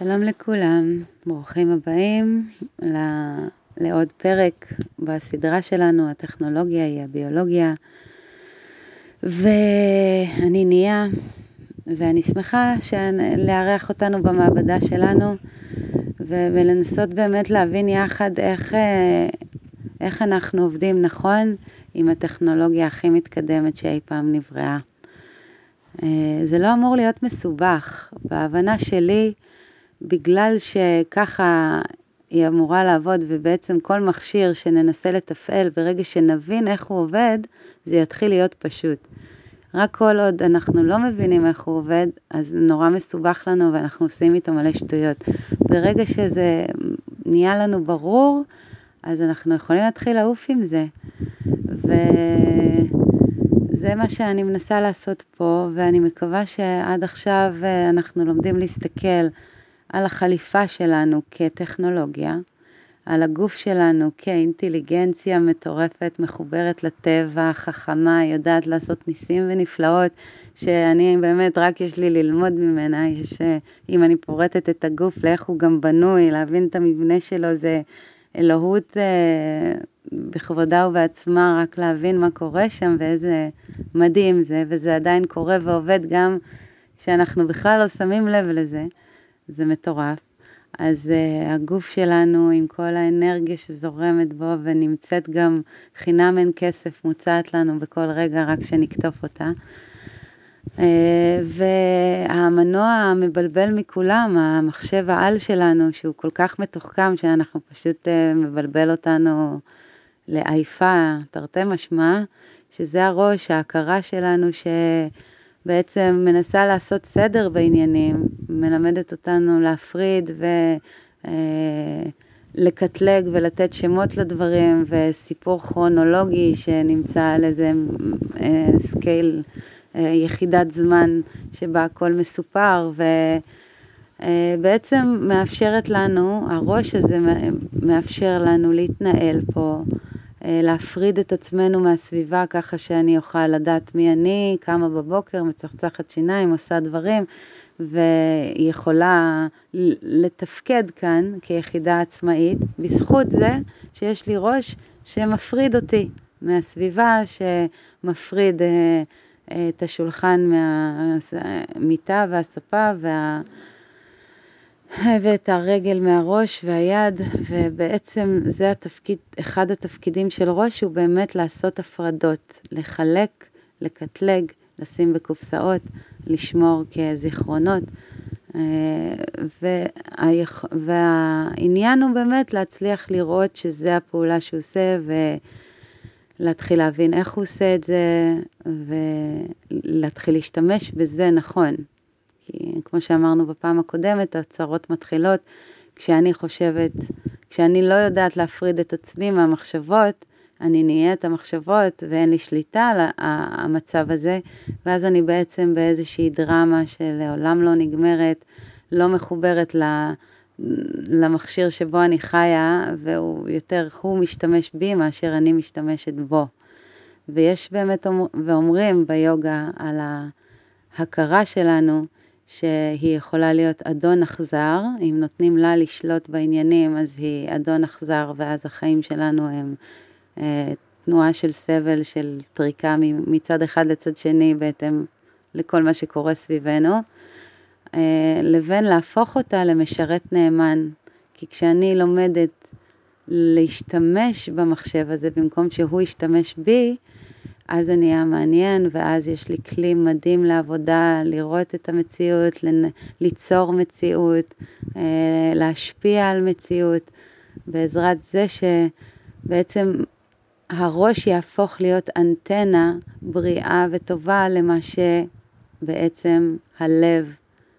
שלום לכולם, ברוכים הבאים לעוד פרק בסדרה שלנו, הטכנולוגיה היא הביולוגיה. ואני ניה, ואני שמחה לארח אותנו במעבדה שלנו, ולנסות באמת להבין יחד איך אנחנו עובדים נכון עם הטכנולוגיה הכי מתקדמת שאי פעם נבראה. זה לא אמור להיות מסובך, בהבנה שלי, בגלל שככה היא אמורה לעבוד, ובעצם כל מכשיר שננסה לתפעל, ברגע שנבין איך הוא עובד, זה יתחיל להיות פשוט. רק כל עוד אנחנו לא מבינים איך הוא עובד, אז נורא מסובך לנו, ואנחנו עושים איתו מלא שטויות. ברגע שזה נהיה לנו ברור, אז אנחנו יכולים להתחיל לעוף עם זה. וזה מה שאני מנסה לעשות פה, ואני מקווה שעד עכשיו אנחנו לומדים להסתכל על החליפה שלנו כטכנולוגיה, על הגוף שלנו כאינטליגנציה מטורפת, מחוברת לטבע, חכמה, יודעת לעשות ניסים ונפלאות, שאני באמת רק יש לי ללמוד ממנה, אם אני פורטת את הגוף, לאיך הוא גם בנוי, להבין את המבנה שלו, זה אלוהות בכבודה ובעצמה, רק להבין מה קורה שם, ואיזה מדהים זה, וזה עדיין קורה ועובד גם שאנחנו בכלל לא שמים לב לזה, זה מטורף. אז הגוף שלנו עם כל האנרגיה שזורמת בו ונמצאת גם חינם אין כסף מוצעת לנו בכל רגע רק שנכתוב אותה. והמנוע המבלבל מכולם, המחשב העל שלנו שהוא כל כך מתוחכם שאנחנו פשוט מבלבל אותנו לעייפה, תרתי משמע, שזה הראש, ההכרה שלנו בעצם מנסה לעשות סדר בעניינים, מלמדת אותנו להפריד ולקטלג ולתת שמות לדברים, וסיפור כרונולוגי שנמצא על איזה סקייל, יחידת זמן שבה הכל מסופר, ובעצם מאפשרת לנו, הראש הזה מאפשר לנו להתנהל פה, להפריד את עצמנו מהסביבה ככה שאני אוכל לדעת מי אני, קמה בבוקר, מצחצחת שיניים, עושה דברים, והיא יכולה לתפקד כאן כיחידה עצמאית, בזכות זה שיש לי ראש שמפריד אותי מהסביבה, שמפריד את השולחן מהמיטה והספה ואת הרגל מהראש והיד, ובעצם זה התפקיד, אחד התפקידים של ראש הוא באמת לעשות הפרדות, לחלק, לקטלג, לשים בקופסאות, לשמור כזיכרונות, והעניין הוא באמת להצליח לראות שזה הפעולה שהוא עושה, ולהתחיל להבין איך הוא עושה את זה, ולהתחיל להשתמש בזה נכון. כי כמו שאמרנו בפעם הקודמת, הצרות מתחילות כשאני לא יודעת להפריד את עצמי מהמחשבות, אני נהיה את המחשבות ואין לי שליטה על המצב הזה, ואז אני בעצם באיזושהי דרמה שלעולם לא נגמרת, לא מחוברת למכשיר שבו אני חיה, הוא משתמש בי מאשר אני משתמשת בו. ויש באמת, ואומרים ביוגה על ההכרה שלנו, שהיא יכולה להיות אדון אכזר, אם נותנים לה לשלוט בעניינים, אז היא אדון אכזר, ואז החיים שלנו הם תנועה של סבל, של טריקה מצד אחד לצד שני, בהתאם לכל מה שקורה סביבנו, לבין להפוך אותה למשרת נאמן, כי כשאני לומדת להשתמש במחשב הזה, במקום שהוא ישתמש בי, אז זה נהיה מעניין, ואז יש לי כלי מדהים לעבודה, לראות את המציאות, ליצור מציאות, להשפיע על מציאות, בעזרת זה שבעצם הראש יהפוך להיות אנטנה בריאה וטובה למה שבעצם הלב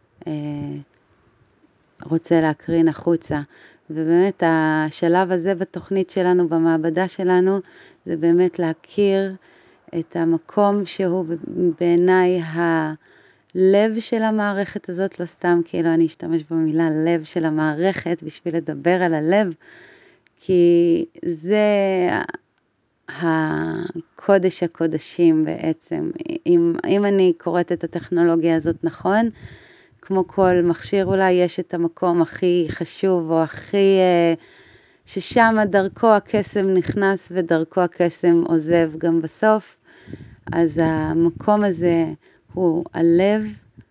רוצה להקרין החוצה. ובאמת השלב הזה בתוכנית שלנו, במעבדה שלנו, זה באמת להכיר את המקום שהוא בעיניי הלב של המערכת הזאת, לא סתם כאילו אני אשתמש במילה לב של המערכת בשביל לדבר על הלב, כי זה הקודש הקודשים בעצם. אם אני קוראת את הטכנולוגיה הזאת נכון, כמו כל מכשיר אולי יש את המקום הכי חשוב או הכי, ששם דרכו הקסם נכנס ודרכו הקסם עוזב גם בסוף. אז המקום הזה הוא הלב,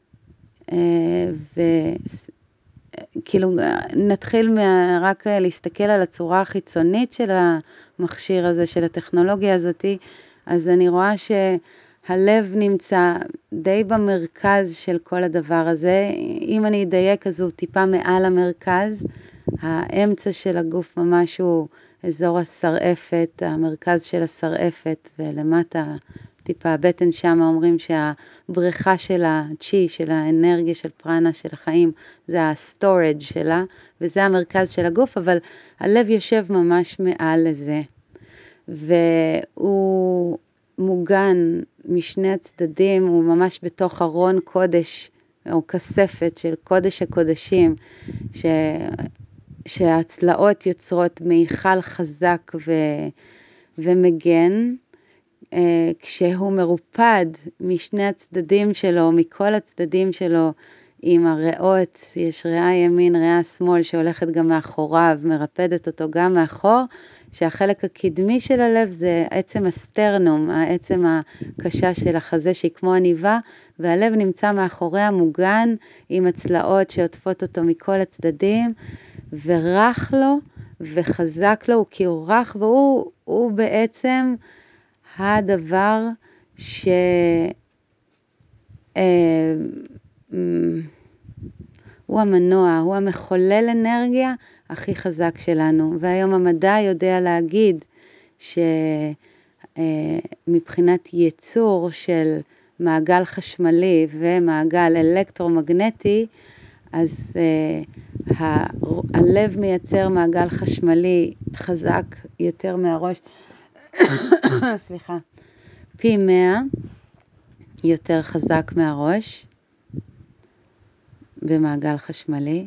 וכאילו נתחיל רק להסתכל על הצורה החיצונית של המכשיר הזה, של הטכנולוגיה הזאת, אז אני רואה שהלב נמצא די במרכז של כל הדבר הזה. אם אני אדייק, אז הוא טיפה מעל המרכז, האמצע של הגוף ממש הוא אזור השרעפת, המרכז של השרעפת, ולמטה טיפה הבטן שם אומרים שהבריכה של הצ'י, של האנרגיה, של פרנה, של החיים, זה הסטורג' שלה, וזה המרכז של הגוף, אבל הלב יושב ממש מעל לזה, והוא מוגן משני הצדדים, הוא ממש בתוך ארון קודש, או כספת של קודש הקודשים, שהצלעות יוצרות מיכל חזק ומגן, כשהוא מרופד משני הצדדים שלו, מכל הצדדים שלו, עם הריאות, יש ריאה ימין, ריאה שמאל, שהולכת גם מאחוריו, מרפדת אותו גם מאחור, שהחלק הקדמי של הלב זה עצם הסטרנום, העצם הקשה של החזה שהיא כמו עניבה, והלב נמצא מאחוריה מוגן עם הצלעות שעוטפות אותו מכל הצדדים, ורח לו וחזק לו, כי הוא רך, והוא בעצם הדבר הוא המנוע, הוא המחולל אנרגיה הכי חזק שלנו. והיום המדע יודע להגיד שמבחינת ייצור של מעגל חשמלי ומעגל אלקטרומגנטי, אז הלב מייצר מעגל חשמלי חזק יותר מהראש, סליחה, פי 100 יותר חזק מהראש במעגל חשמלי,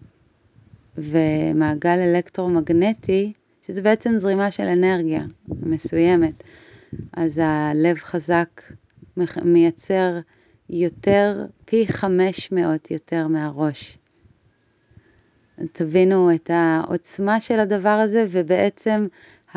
ומעגל אלקטרומגנטי, שזה בעצם זרימה של אנרגיה מסוימת, אז הלב חזק מייצר יותר, פי 500 יותר מהראש. תבינו את העוצמה של הדבר הזה, ובעצם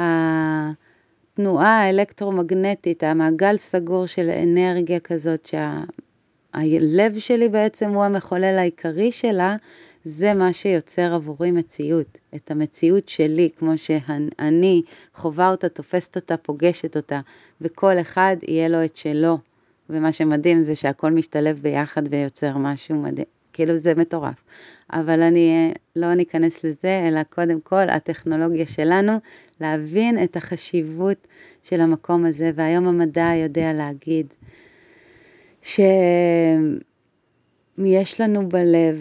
התנועה האלקטרומגנטית, המעגל סגור של אנרגיה כזאת, שהלב שלי בעצם הוא המחולל העיקרי שלה, זה מה שיוצר עבורי מציאות. את המציאות שלי, כמו שאני חובה אותה, תופסת אותה, פוגשת אותה, וכל אחד יהיה לו את שלו. ומה שמדהים זה שהכל משתלב ביחד ויוצר משהו מדהים. כאילו זה מטורף. אבל אני לא ניכנס לזה, אלא קודם כל הטכנולוגיה שלנו, להבין את החשיבות של המקום הזה, והיום המדע יודע להגיד שיש לנו בלב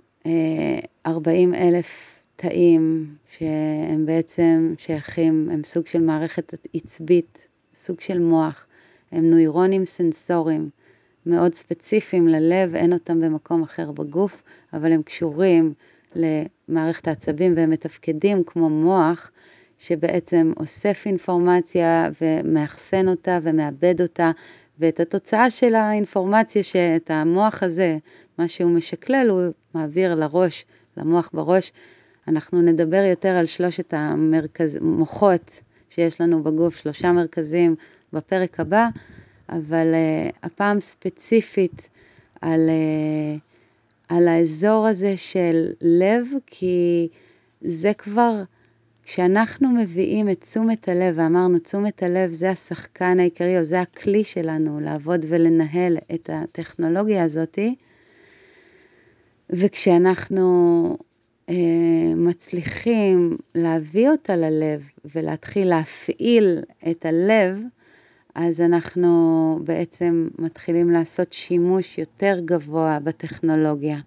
40,000 תאים שהם בעצם שייכים, הם סוג של מערכת עצבית, סוג של מוח, הם נוירונים סנסוריים מאוד ספציפיים ללב, אין אותם במקום אחר בגוף, אבל הם קשורים למערכת העצבים והם מתפקדים כמו מוח שבעצם אוסף אינפורמציה ומאחסן אותה ומאבד אותה, ואת התוצאה של האינפורמציה שאת המוח הזה, מה שהוא משקלל, הוא מעביר לראש, למוח בראש. אנחנו נדבר יותר על שלושת המוחות שיש לנו בגוף, 3 מרכזים בפרק הבא, אבל הפעם ספציפית על האזור הזה של לב, כי זה כבר, כשאנחנו מביאים את תשומת הלב, ואמרנו תשומת הלב זה השחקן העיקרי, או זה הכלי שלנו לעבוד ולנהל את הטכנולוגיה הזאת, וכשאנחנו מצליחים להביא אותה ללב, ולהתחיל להפעיל את הלב, אז אנחנו בעצם מתחילים לעשות שימוש יותר גבוה בטכנולוגיה.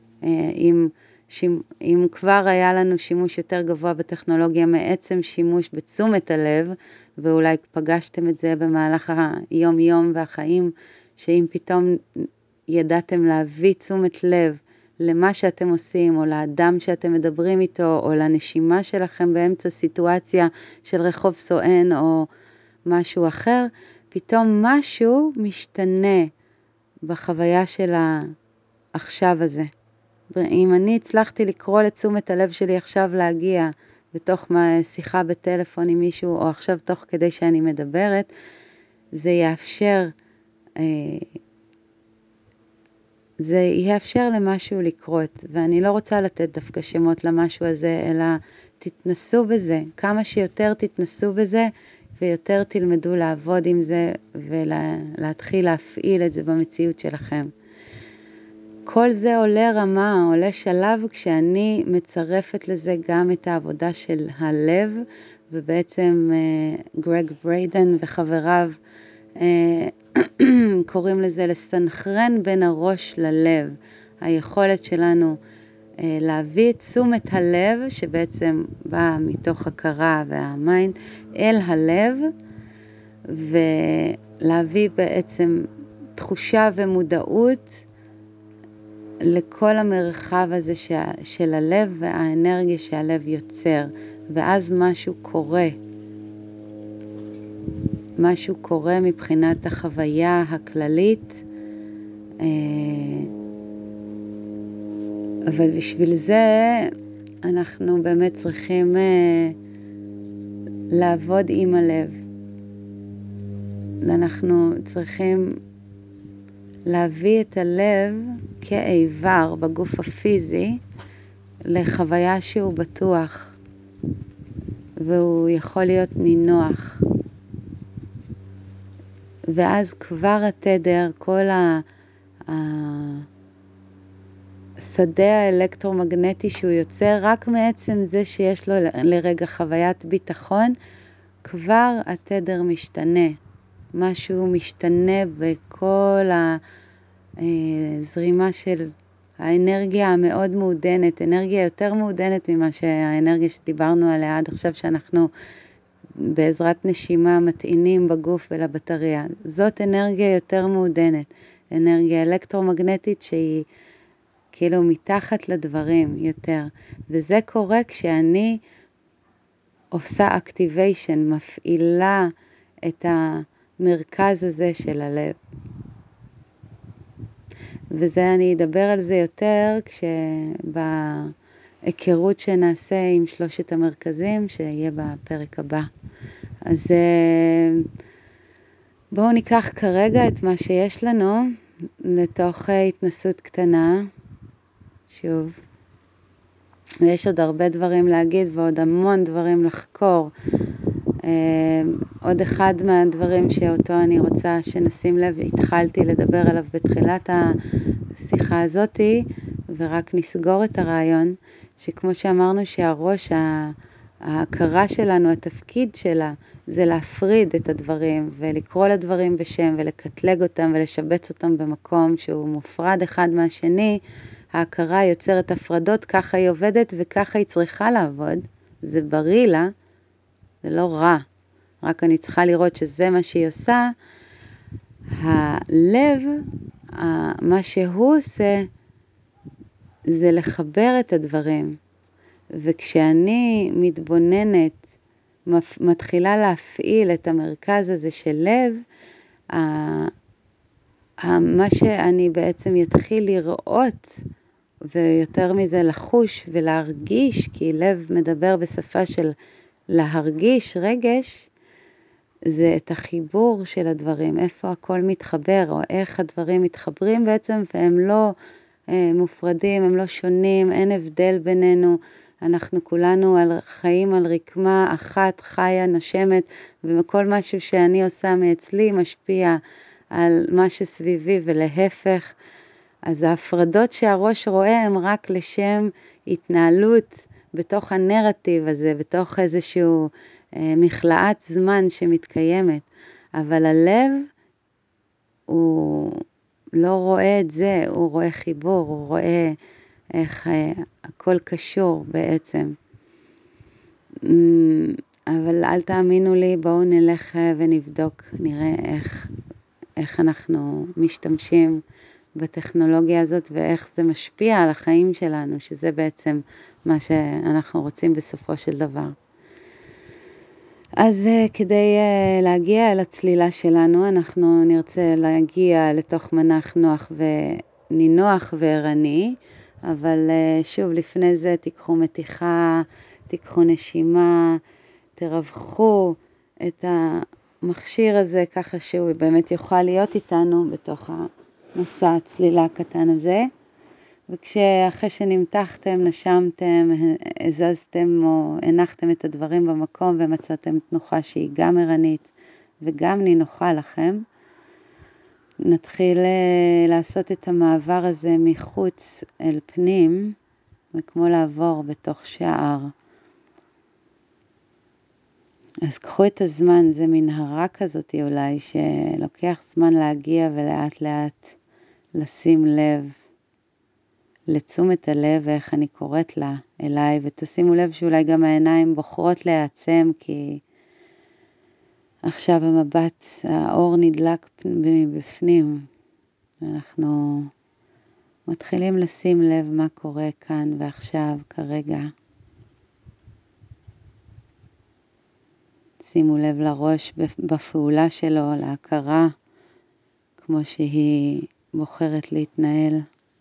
אם כבר היה לנו שימוש יותר גבוה בטכנולוגיה מעצם שימוש בתשומת הלב, ואולי פגשתם את זה במהלך היום-יום והחיים, שאם פתאום ידעתם להביא תשומת לב למה שאתם עושים, או לאדם שאתם מדברים איתו, או לנשימה שלכם באמצע סיטואציה של רחוב סואן, או משהו אחר, פתאום משהו משתנה בחוויה של עכשיו הזה. אם אני הצלחתי לקרוא לתשומת הלב שלי עכשיו להגיע בתוך שיחה בטלפון עם מישהו, או עכשיו תוך כדי שאני מדברת, זה יאפשר למשהו לקרות, ואני לא רוצה לתת דווקא שמות למשהו הזה, אלא תתנסו בזה, כמה שיותר תתנסו בזה, ויותר תלמדו לעבוד עם זה, ולהתחיל להפעיל את זה במציאות שלכם. כל זה עולה רמה, עולה שלב, כשאני מצרפת לזה גם את העבודה של הלב, ובעצם גרג בריידן וחבריו קוראים לזה לסנכרן בין הראש ללב. היכולת שלנו להביא את תשומת הלב, שבעצם באה מתוך הכרה והמיינד, אל הלב, ולהביא בעצם תחושה ומודעות לכל המרחב הזה של הלב והאנרגיה שהלב יוצר, ואז משהו קורה. משהו קורה מבחינת החוויה הכללית, אבל בשביל זה אנחנו באמת צריכים לעבוד עם הלב. אנחנו צריכים להביא את הלב כאיבר בגוף הפיזי לחוויה שהוא בטוח, והוא יכול להיות נינוח. ואז כבר התדר, כל השדה האלקטרומגנטי שהוא יוצר, רק מעצם זה שיש לו לרגע חוויית ביטחון, כבר התדר משתנה. משהו משתנה בכל הזרימה של האנרגיה המאוד מעודנת, אנרגיה יותר מעודנת ממה שהאנרגיה שדיברנו עליה עד עכשיו, שאנחנו בעזרת נשימה מטעינים בגוף ולבטריה. זאת אנרגיה יותר מעודנת, אנרגיה אלקטרומגנטית שהיא כאילו מתחת לדברים יותר. וזה קורה כשאני עושה activation, מפעילה את המרכז הזה של הלב. וזה אני אדבר על זה יותר בהיכרות שנעשה עם שלושת המרכזים, שיהיה בפרק הבא. אז בואו ניקח כרגע את מה שיש לנו לתוך התנסות קטנה. שוב, ויש עוד הרבה דברים להגיד ועוד המון דברים לחקור. עוד אחד מהדברים שאותו אני רוצה שנשים לב, התחלתי לדבר עליו בתחילת השיחה הזאת, ורק נסגור את הרעיון, שכמו שאמרנו שהראש, ההכרה שלנו, התפקיד שלה, זה להפריד את הדברים, ולקרוא לדברים בשם, ולקטלג אותם, ולשבץ אותם במקום שהוא מופרד אחד מהשני. ההכרה יוצרת הפרדות, ככה היא עובדת, וככה היא צריכה לעבוד. זה בריא לה, זה לא רע. רק אני צריכה לראות שזה מה שהיא עושה. הלב, מה שהוא עושה, זה לחבר את הדברים. וכשאני מתבוננת, מתחילה להפעיל את המרכז הזה של לב, מה שאני בעצם יתחיל לראות, ויותר מזה לחוש ולהרגיש, כי לב מדבר בשפה של להרגיש רגש, זה את החיבור של הדברים, איפה הכל מתחבר, או איך הדברים מתחברים בעצם, והם לא מופרדים, הם לא שונים, אין הבדל בינינו, אנחנו כולנו חיים על רקמה אחת, חיה, נשמת, וכל משהו שאני עושה מאצלי משפיע על מה שסביבי ולהפך. אז ההפרדות שהראש רואה הם רק לשם התנהלות בתוך הנרטיב הזה, בתוך איזשהו מכלאת זמן שמתקיימת. אבל הלב הוא לא רואה את זה, הוא רואה חיבור, הוא רואה איך הכל קשור בעצם. אבל אל תאמינו לי, בואו נלך ונבדוק, נראה איך אנחנו משתמשים בטכנולוגיה הזאת, ואיך זה משפיע על החיים שלנו, שזה בעצם מה שאנחנו רוצים בסופו של דבר. אז כדי להגיע אל הצלילה שלנו, אנחנו נרצה להגיע לתוך מנח נוח נינוח וערני, אבל שוב, לפני זה תיקחו מתיחה, תיקחו נשימה, תרווחו את המכשיר הזה ככה שהוא באמת יוכל להיות איתנו בתוך המסע הצלילה הקטן הזה. וכשאחרי שנמתחתם, נשמתם, הזזתם או הנחתם את הדברים במקום ומצאתם תנוחה שהיא גם ערנית וגם נינוחה לכם, נתחיל לעשות את המעבר הזה מחוץ אל פנים, וכמו לעבור בתוך שער. אז קחו את הזמן, זה מנהרה כזאת אולי שלוקח זמן להגיע ולאט לאט לשים לב לתשומת הלב, ואיך אני קוראת לה אליי, ותשימו לב שאולי גם העיניים בוחרות להעצם, כי עכשיו המבט, האור נדלק מבפנים. אנחנו מתחילים לשים לב מה קורה כאן ועכשיו, כרגע. שימו לב לראש בפעולה שלו, להכרה, כמו שהיא בוחרת להתנהל.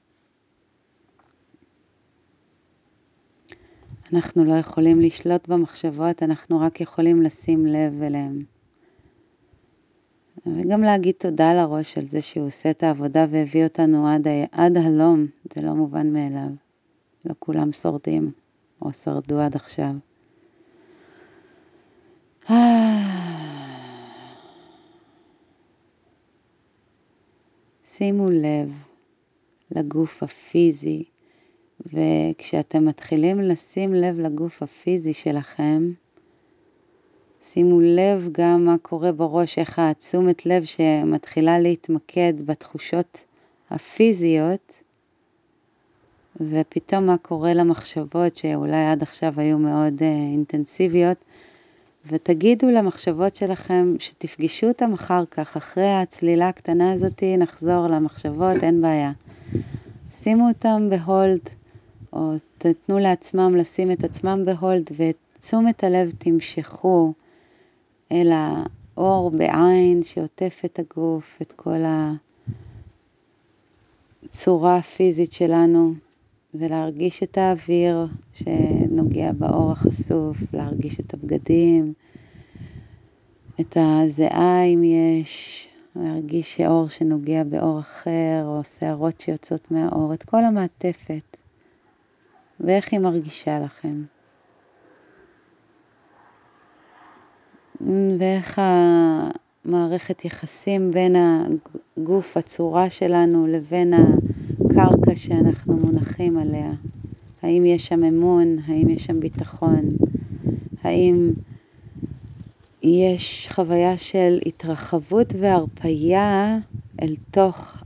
אנחנו לא יכולים לשלוט במחשבות, אנחנו רק יכולים לשים לב אליהם. וגם להגיד תודה לראש על זה שהוא עושה את העבודה והביא אותנו עד הלום, זה לא מובן מאליו. לא כולם שורדים או שרדו עד עכשיו. שימו לב לגוף הפיזי, וכשאתם מתחילים לשים לב לגוף הפיזי שלכם, שימו לב גם מה קורה בראש, איך התשומת לב שמתחילה להתמקד בתחושות הפיזיות, ופתאום מה קורה למחשבות שאולי עד עכשיו היו מאוד אינטנסיביות, ותגידו למחשבות שלכם שתפגשו אותם אחר כך, אחרי הצלילה הקטנה הזאת נחזור למחשבות, אין בעיה. שימו אותם בהולד, או תתנו לעצמם לשים את עצמם בהולד, ותשומת הלב תמשכו אל האור בעין שעוטף את הגוף, את כל הצורה הפיזית שלנו, ולהרגיש את האוויר שנוגע באור החשוף, להרגיש את הבגדים, את הזיעה אם יש, להרגיש שאור שנוגע באור אחר, או שערות שיוצאות מהאור, את כל המעטפת, ואיך היא מרגישה לכם. ואיך המערכת יחסים בין הגוף, הצורה שלנו, לבין הקרקע שאנחנו מונחים עליה. האם יש שם אמון, האם יש שם ביטחון, האם יש חוויה של התרחבות והרפיה אל תוך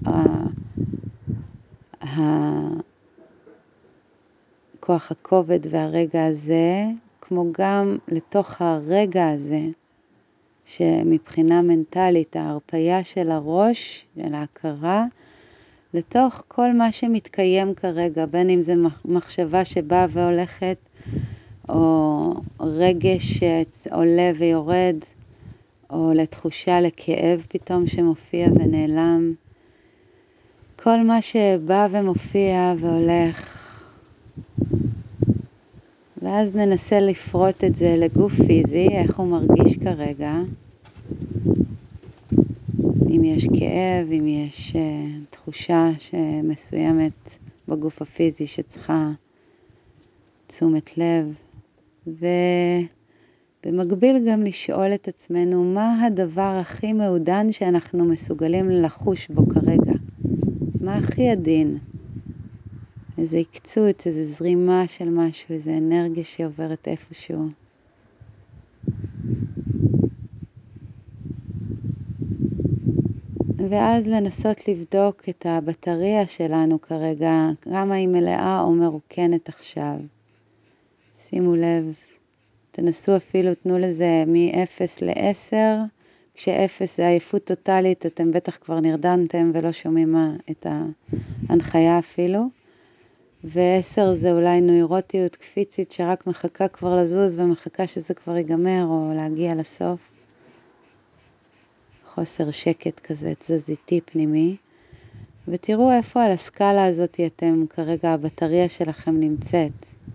כוח הכובד והרגע הזה, כמו גם לתוך הרגע הזה, שמבחינה מנטלית, ההרפיה של הראש, של ההכרה, לתוך כל מה שמתקיים כרגע, בין אם זה מחשבה שבאה והולכת, או רגש שעולה ויורד, או לתחושה לכאב פתאום שמופיע ונעלם. כל מה שבא ומופיע והולך. ואז ננסה לפרוט את זה לגוף פיזי, איך הוא מרגיש כרגע. אם יש כאב, אם יש תחושה מסוימת בגוף הפיזי שצריכה תשומת לב. ובמקביל גם לשאול את עצמנו מה הדבר הכי מעודן שאנחנו מסוגלים לחוש בו כרגע. מה הכי עדין? איזה הקצות, איזה זרימה של משהו, איזה אנרגיה שעוברת איפשהו. ואז לנסות לבדוק את הבטריה שלנו כרגע, כמה היא מלאה או מרוקנת עכשיו. שימו לב, תנסו אפילו, תנו לזה מ-0 ל-10, כש-0 זה עייפות טוטלית, אתם בטח כבר נרדמתם ולא שומעים את ההנחיה אפילו. ו-10 זה אולי נוירוטיות קפיצית שרק מחכה כבר לזוז ומחכה שזה כבר ייגמר או להגיע לסוף. חוסר שקט כזה, תזזיתי פנימי. ותראו איפה על הסקאלה הזאת אתם כרגע, הבטריה שלכם נמצאת.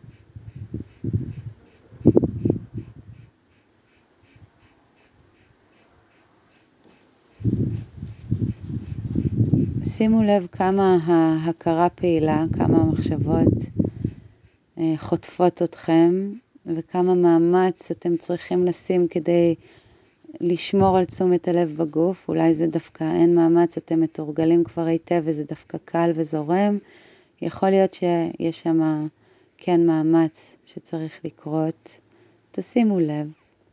שימו לב כמה ההכרה פעילה, כמה המחשבות חוטפות אתכם, וכמה מאמץ אתם צריכים לשים כדי לשמור על תשומת הלב בגוף. אולי זה דווקא אין מאמץ, אתם מתורגלים כבר היטב וזה דווקא קל וזורם. יכול להיות שיש שם כן מאמץ שצריך לקרות. תשימו לב.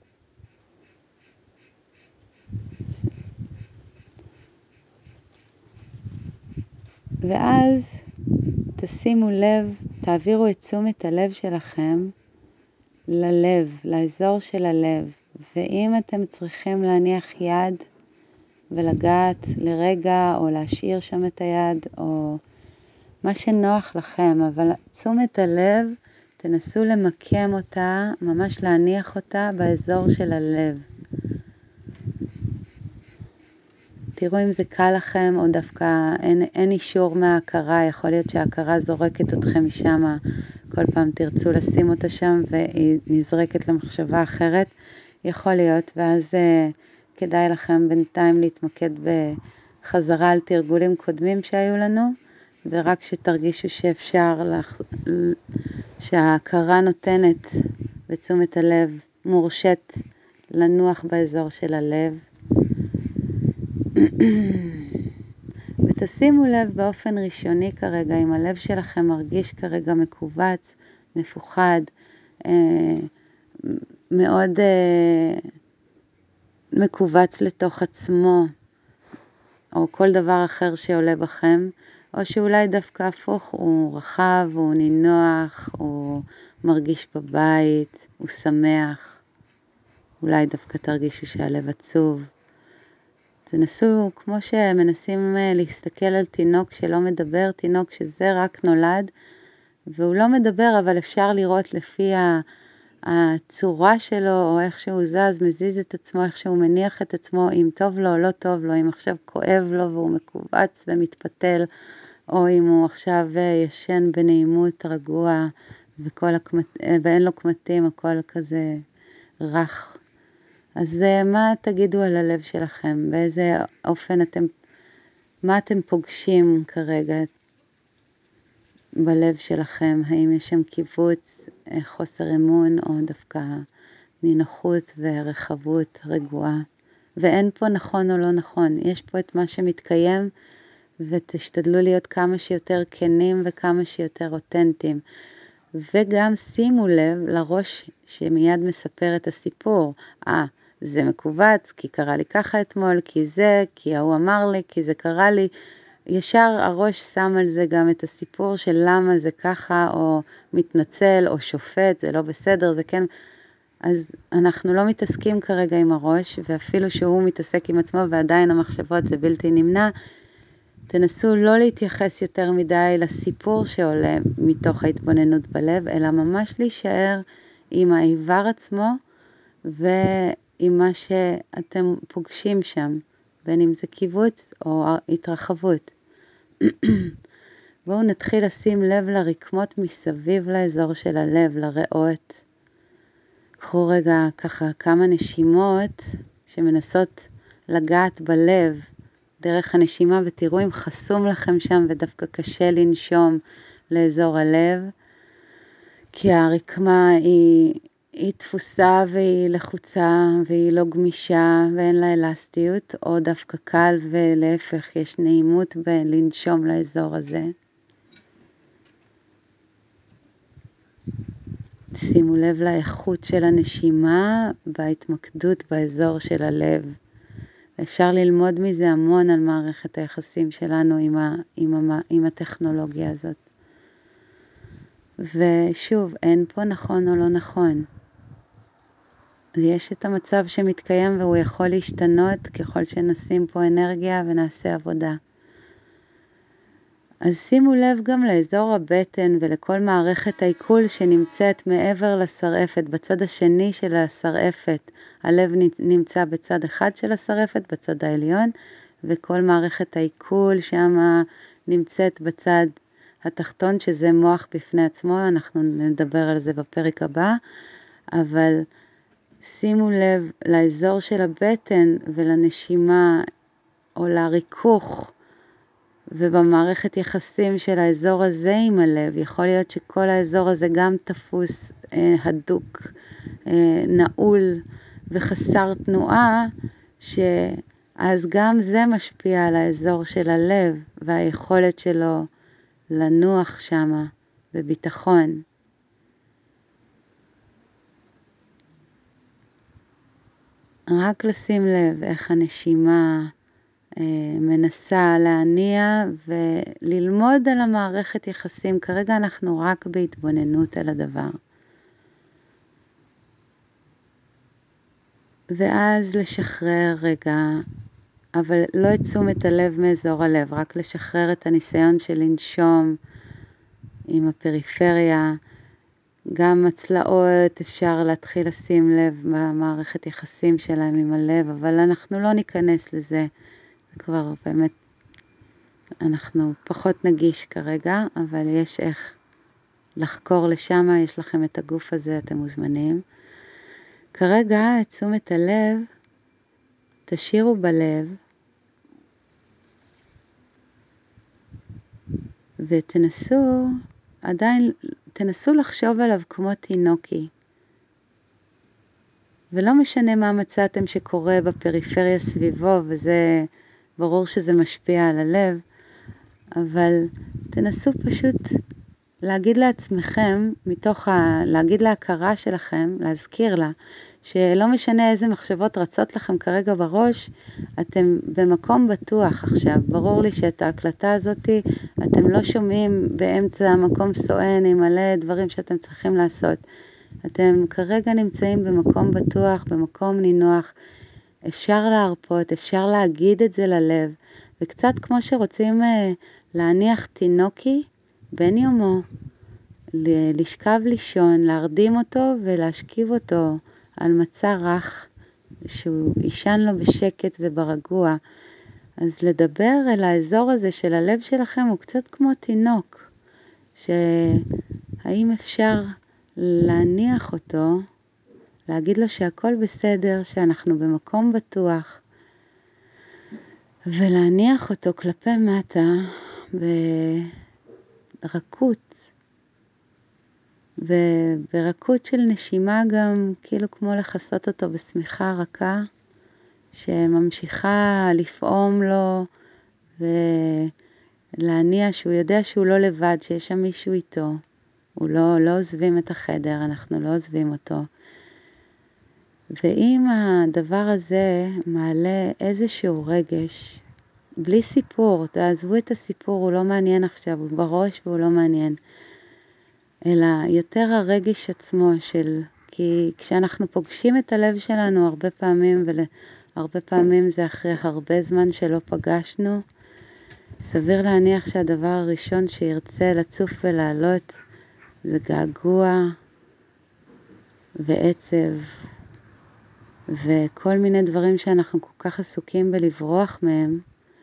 ואז תשימו לב, תעבירו את תשומת הלב שלכם ללב, לאזור של הלב. ואם אתם צריכים להניח יד ולגעת לרגע או להשאיר שם את היד או מה שנוח לכם, אבל תשומת הלב, תנסו למקם אותה, ממש להניח אותה באזור של הלב. תראו אם זה קל לכם או דווקא אין אישור מההכרה, יכול להיות שההכרה זורקת אתכם משם, כל פעם תרצו לשים אותה שם והיא נזרקת למחשבה אחרת, יכול להיות, ואז כדאי לכם בינתיים להתמקד בחזרה על תרגולים קודמים שהיו לנו, ורק שתרגישו שאפשר, שההכרה נותנת בתשומת הלב, מורשת לנוח באזור של הלב. ותשימו לב באופן ראשוני כרגע, אם הלב שלכם מרגיש כרגע מקובץ, מפוחד, מאוד מקובץ לתוך עצמו, או כל דבר אחר שעולה בכם, או שאולי דווקא הפוך, הוא רחב, הוא נינוח, הוא מרגיש בבית, הוא שמח, אולי דווקא תרגישו שהלב עצוב. תנסו, כמו שמנסים להסתכל על תינוק שלא מדבר, תינוק שזה רק נולד, והוא לא מדבר, אבל אפשר לראות לפי הצורה שלו, או איך שהוא זז, מזיז את עצמו, איך שהוא מניח את עצמו, אם טוב לו או לא טוב לו, אם עכשיו כואב לו והוא מקובץ ומתפתל, או אם הוא עכשיו ישן בנעימות רגוע, ואין לו קמטים, הכל כזה רך. אז מה תגידו על הלב שלכם? באיזה אופן מה אתם פוגשים כרגע בלב שלכם? האם יש שם קיבוץ, חוסר אמון, או דווקא נינוחות ורחבות רגועה? ואין פה נכון או לא נכון. יש פה את מה שמתקיים, ותשתדלו להיות כמה שיותר כנים וכמה שיותר אותנטיים. וגם שימו לב לראש שמיד מספר את הסיפור. זה מקובץ, כי קרה לי ככה אתמול, כי ההוא אמר לי, כי זה קרה לי. ישר הראש שם על זה גם את הסיפור של למה זה ככה, או מתנצל, או שופט, זה לא בסדר, זה כן. אז אנחנו לא מתעסקים כרגע עם הראש, ואפילו שהוא מתעסק עם עצמו, ועדיין המחשבות זה בלתי נמנע. תנסו לא להתייחס יותר מדי לסיפור שעולה מתוך ההתבוננות בלב, אלא ממש להישאר עם האיבר עצמו, ועם מה שאתם פוגשים שם, בין אם זה קיבוץ או התרחבות. בואו נתחיל לשים לב לרקמות מסביב לאזור של הלב, לריאות. קחו רגע ככה כמה נשימות שמנסות לגעת בלב דרך הנשימה, ותראו אם חסום לכם שם ודווקא קשה לנשום לאזור הלב, כי הרקמה היא תפוסה והיא לחוצה והיא לא גמישה ואין לה אלסטיות, או דווקא קל ולהפך יש נעימות בלנשום לאזור הזה. שימו לב לאיכות של הנשימה בהתמקדות באזור של הלב. אפשר ללמוד מזה המון על מערכת היחסים שלנו עם הטכנולוגיה הזאת. ושוב, אין פה נכון או לא נכון. יש את המצב שמתקיים והוא יכול להשתנות ככל שנשים פה אנרגיה ונעשה עבודה. אז שימו לב גם לאזור הבטן ולכל מערכת העיכול שנמצאת מעבר לשרעפת, בצד השני של השרעפת. הלב נמצא בצד אחד של השרעפת, בצד העליון, וכל מערכת העיכול שם נמצאת בצד התחתון, שזה מוח בפני עצמו, אנחנו נדבר על זה בפרק הבא, אבל שימו לב לאזור של הבטן ולנשימה או לריכוך, ובמערכת יחסים של האזור הזה עם הלב, יכול להיות שכל האזור הזה גם תפוס, הדוק, נעול וחסר תנועה, אז גם זה משפיע על האזור של הלב והיכולת שלו לנוח שמה בביטחון. רק לשים לב איך הנשימה מנסה להניע וללמוד על המערכת יחסים. כרגע אנחנו רק בהתבוננות על הדבר. ואז לשחרר רגע, אבל לא את תשומת הלב מאזור הלב, רק לשחרר את הניסיון של לנשום עם הפריפריה. גם הצלעות אפשר להתחיל לשים לב במערכת יחסים שלהם עם הלב, אבל אנחנו לא ניכנס לזה. זה כבר באמת, אנחנו פחות נגיש כרגע, אבל יש איך לחקור לשם, יש לכם את הגוף הזה, אתם מוזמנים. כרגע את תשומת הלב תשאירו בלב, ותנסו, עדיין תנסו לחשוב עליו כמו תינוקי. ולא משנה מה מצאתם שקורה בפריפריה סביבו, וזה ברור שזה משפיע על הלב, אבל תנסו פשוט להגיד לעצמכם, להגיד להכרה שלכם, להזכיר לה, שלא משנה איזה מחשבות רצות לכם כרגע בראש, אתם במקום בטוח עכשיו. ברור לי שאת ההקלטה הזאת אתם לא שומעים באמצע המקום סואן עם מלא דברים שאתם צריכים לעשות. אתם כרגע נמצאים במקום בטוח, במקום נינוח. אפשר להרפות, אפשר להגיד את זה ללב, וקצת כמו שרוצים להניח תינוקי בן יומו, לשכב לישון, להרדים אותו ולהשכיב אותו על מצע רך, שהוא ישן לו בשקט וברגוע. אז לדבר אל האזור הזה של הלב שלכם הוא קצת כמו תינוק, שהאם אפשר להניח אותו, להגיד לו שהכל בסדר, שאנחנו במקום בטוח, ולהניח אותו כלפי מטה ברכות, וברכות של נשימה גם, כאילו כמו לחסות אותו בשמיכה רכה, שממשיכה לפעום לו, ולהניע שהוא יודע שהוא לא לבד, שיש שם מישהו איתו. הוא לא עוזבים את החדר, אנחנו לא עוזבים אותו. ואם הדבר הזה מעלה איזשהו רגש, בלי סיפור, תעזבו את הסיפור, הוא לא מעניין עכשיו, הוא בראש והוא לא מעניין. אלא יותר הרגש עצמו כי כשאנחנו פוגשים את הלב שלנו הרבה פעמים, והרבה פעמים זה אחרי הרבה זמן שלא פגשנו, סביר להניח שהדבר הראשון שירצה לצוף ולעלות, זה געגוע ועצב, וכל מיני דברים שאנחנו כל כך עסוקים בלברוח מהם,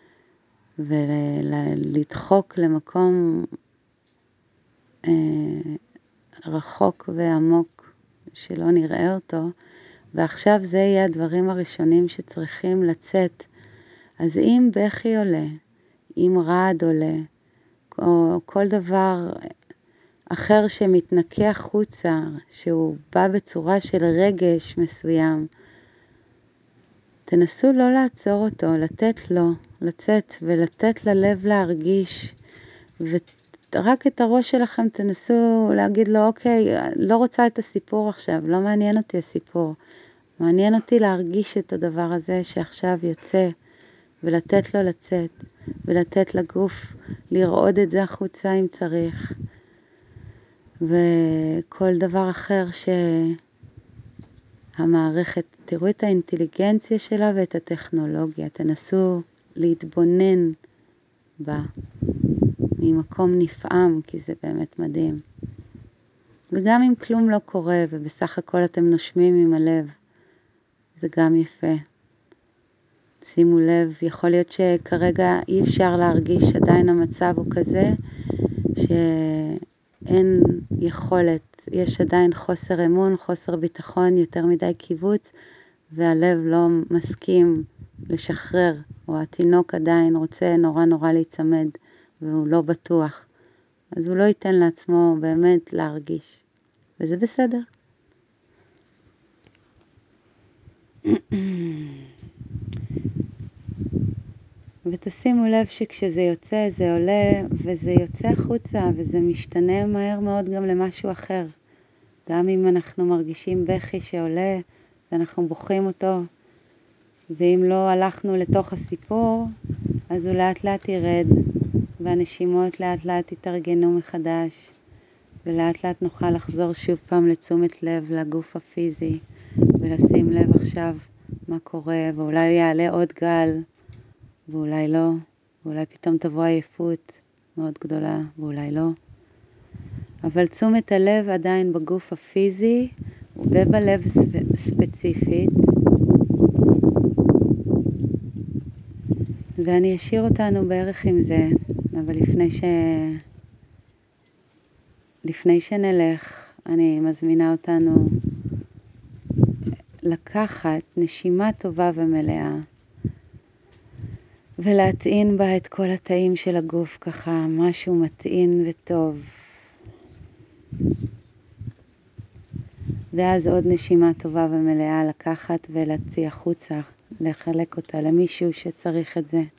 ולדחוק למקום רחוק ועמוק שלא נראה אותו, ועכשיו זה יהיה הדברים הראשונים שצריכים לצאת. אז אם בכי עולה, אם רעד עולה, או כל דבר אחר שמתנקה חוצה, שהוא בא בצורה של רגש מסוים, תנסו לא לעצור אותו, לתת לו, לצאת ולתת ללב להרגיש, ורק את הראש שלכם תנסו להגיד לו, אוקיי, לא רוצה את הסיפור עכשיו, לא מעניין אותי הסיפור, מעניין אותי להרגיש את הדבר הזה שעכשיו יוצא, ולתת לו לצאת, ולתת לגוף לרעוד את זה החוצה אם צריך, וכל דבר אחר שהמערכת, תראו את האינטליגנציה שלה ואת הטכנולוגיה, תנסו להתבונן בה ממקום נפעם, כי זה באמת מדהים. וגם אם כלום לא קורה ובסך הכל אתם נושמים עם הלב, זה גם יפה. שימו לב, יכול להיות שכרגע אי אפשר להרגיש, עדיין המצב הוא כזה, שאין יכולת, יש עדיין חוסר אמון, חוסר ביטחון, יותר מדי קיבוץ, והלב לא מסכים לשחרר, או התינוק עדיין רוצה נורא להיצמד, והוא לא בטוח. אז הוא לא ייתן לעצמו באמת להרגיש, וזה בסדר. ותשימו לב שכשזה יוצא, זה עולה, וזה יוצא החוצה, וזה משתנה מהר מאוד גם למשהו אחר. גם אם אנחנו מרגישים בכי שעולה, ואנחנו בוכים אותו, ואם לא הלכנו לתוך הסיפור, אז הוא לאט לאט ירד, והנשימות לאט לאט יתארגנו מחדש, ולאט לאט נוכל לחזור שוב פעם לתשומת לב לגוף הפיזי, ולשים לב עכשיו מה קורה, ואולי יעלה עוד גל, ואולי לא, ואולי פתאום תבוא עייפות מאוד גדולה, ואולי לא. אבל תשומת הלב עדיין בגוף הפיזי, ובלב ספציפית, ואני אשאיר אותנו בערך עם זה, אבל לפני שנלך, אני מזמינה אותנו לקחת נשימה טובה ומלאה, ולהטעין בה את כל התאים של הגוף ככה, משהו מטעין וטוב. ואז עוד נשימה טובה ומלאה לקחת ולהוציא החוצה, לחלק אותה למישהו שצריך את זה.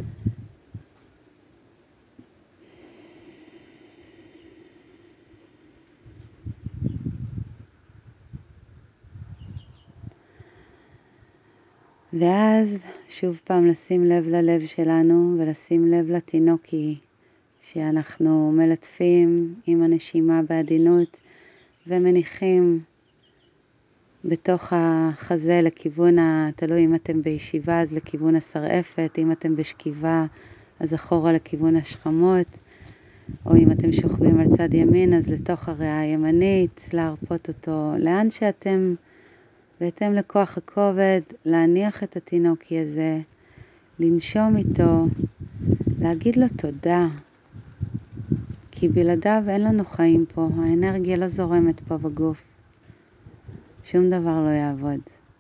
ואז שוב פעם לשים לב ללב שלנו ולשים לב לתינוקי שאנחנו מלטפים עם הנשימה בעדינות ומניחים בתוך החזה לכיוון, תלוי אם אתם בישיבה אז לכיוון השרעפת, אם אתם בשכיבה אז אחורה לכיוון השכמות, או אם אתם שוכבים על צד ימין אז לתוך הריאה הימנית, להרפות אותו לאן שאתם, בהתאם לכוח הכובד, להניח את התינוקי הזה, לנשום איתו, להגיד לו תודה, כי בלעדיו אין לנו חיים פה, האנרגיה לא זורמת פה בגוף, שום דבר לא יעבוד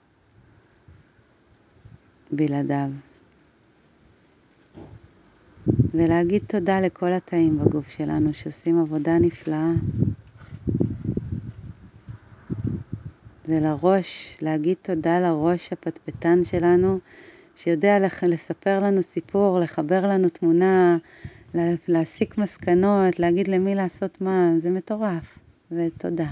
בלעדיו. ולהגיד תודה לכל התאים בגוף שלנו שעושים עבודה נפלאה. ולראש, להגיד תודה לראש הפטפטן שלנו, שיודע לספר לנו סיפור, לחבר לנו תמונה, להסיק מסקנות, להגיד למי לעשות מה, זה מטורף. ותודה.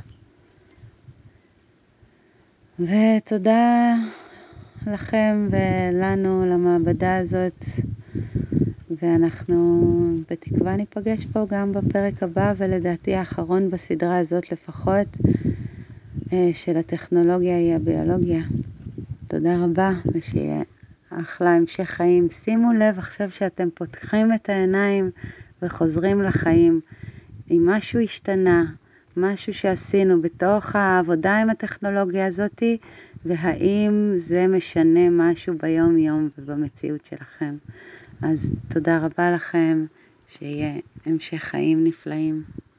ותודה לכם ולנו, למעבדה הזאת, ואנחנו בתקווה ניפגש פה גם בפרק הבא, ולדעתי האחרון בסדרה הזאת לפחות, של הטכנולוגיה היא הביולוגיה. תודה רבה, ושיהיה אחלה המשך חיים. שימו לב עכשיו שאתם פותחים את העיניים וחוזרים לחיים. אם משהו השתנה, משהו שעשינו בתוך העבודה עם הטכנולוגיה הזאת, והאם זה משנה משהו ביום יום ובמציאות שלכם. אז תודה רבה לכם, שיהיה המשך חיים נפלאים.